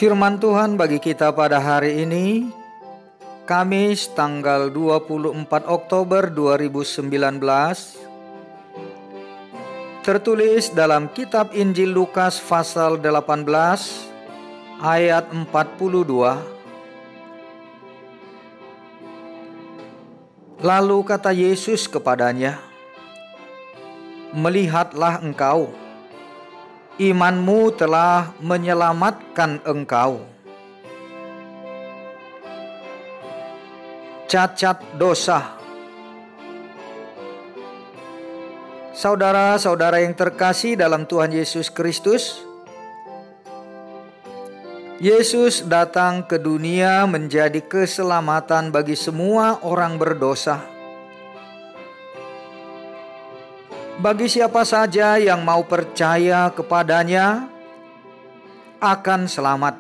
Firman Tuhan bagi kita pada hari ini, Kamis tanggal 24 Oktober 2019, tertulis dalam kitab Injil Lukas pasal 18 ayat 42. Lalu kata Yesus kepadanya, "Melihatlah engkau, imanmu telah menyelamatkan engkau." Cacat dosa. Saudara-saudara yang terkasih dalam Tuhan Yesus Kristus, Yesus datang ke dunia menjadi keselamatan bagi semua orang berdosa. Bagi siapa saja yang mau percaya kepadanya akan selamat.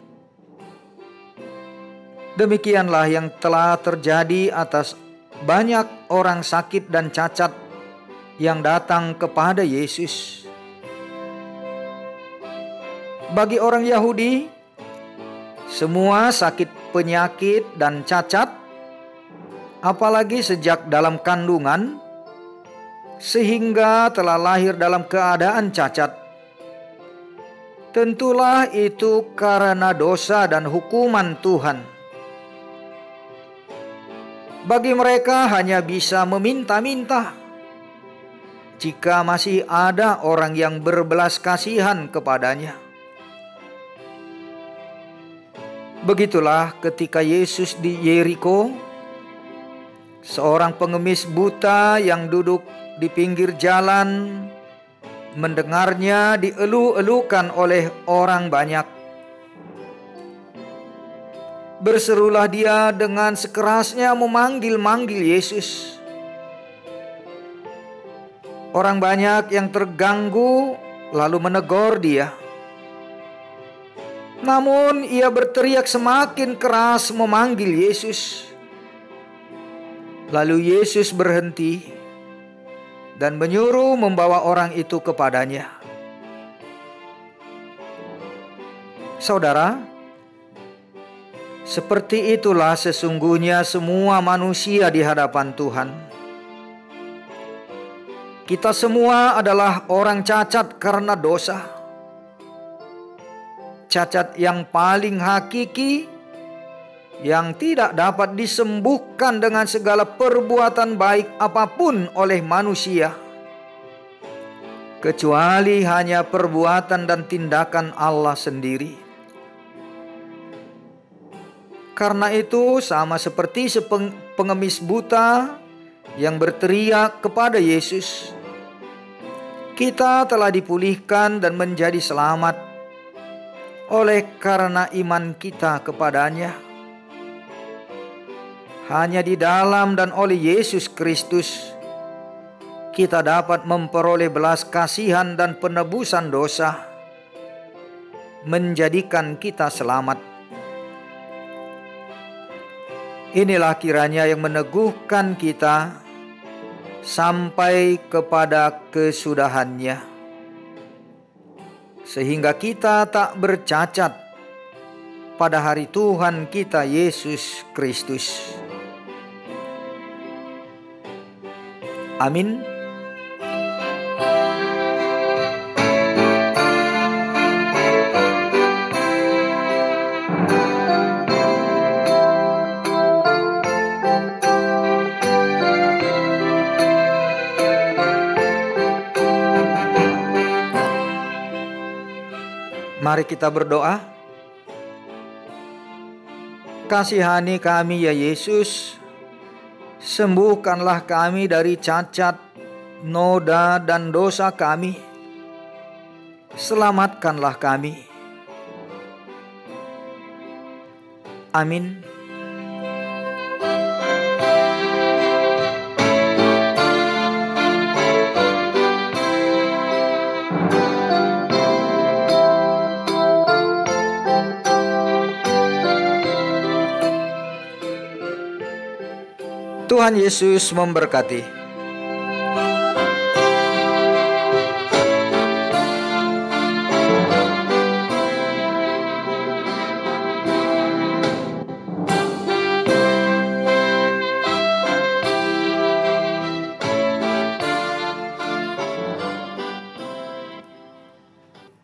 Demikianlah yang telah terjadi atas banyak orang sakit dan cacat yang datang kepada Yesus. Bagi orang Yahudi, semua sakit penyakit dan cacat, apalagi sejak dalam kandungan, sehingga telah lahir dalam keadaan cacat, tentulah itu karena dosa dan hukuman Tuhan. Bagi mereka hanya bisa meminta-minta jika masih ada orang yang berbelas kasihan kepadanya. Begitulah ketika Yesus di Yeriko, seorang pengemis buta yang duduk di pinggir jalan mendengarnya dielu-elukan oleh orang banyak. Berserulah dia dengan sekerasnya memanggil-manggil Yesus. Orang banyak yang terganggu lalu menegur dia. Namun ia berteriak semakin keras memanggil Yesus. Lalu Yesus berhenti dan menyuruh membawa orang itu kepadanya. Saudara, seperti itulah sesungguhnya semua manusia di hadapan Tuhan. Kita semua adalah orang cacat karena dosa. Cacat yang paling hakiki, yang tidak dapat disembuhkan dengan segala perbuatan baik apapun oleh manusia, kecuali hanya perbuatan dan tindakan Allah sendiri. Karena itu, sama seperti pengemis buta yang berteriak kepada Yesus, kita telah dipulihkan dan menjadi selamat oleh karena iman kita kepadanya. Hanya di dalam dan oleh Yesus Kristus kita dapat memperoleh belas kasihan dan penebusan dosa, menjadikan kita selamat. Inilah kiranya yang meneguhkan kita sampai kepada kesudahannya, sehingga kita tak bercacat pada hari Tuhan kita Yesus Kristus. Amin. Mari kita berdoa. Kasihani kami ya Yesus, sembuhkanlah kami dari cacat, noda dan dosa kami. Selamatkanlah kami. Amin. Tuhan Yesus memberkati.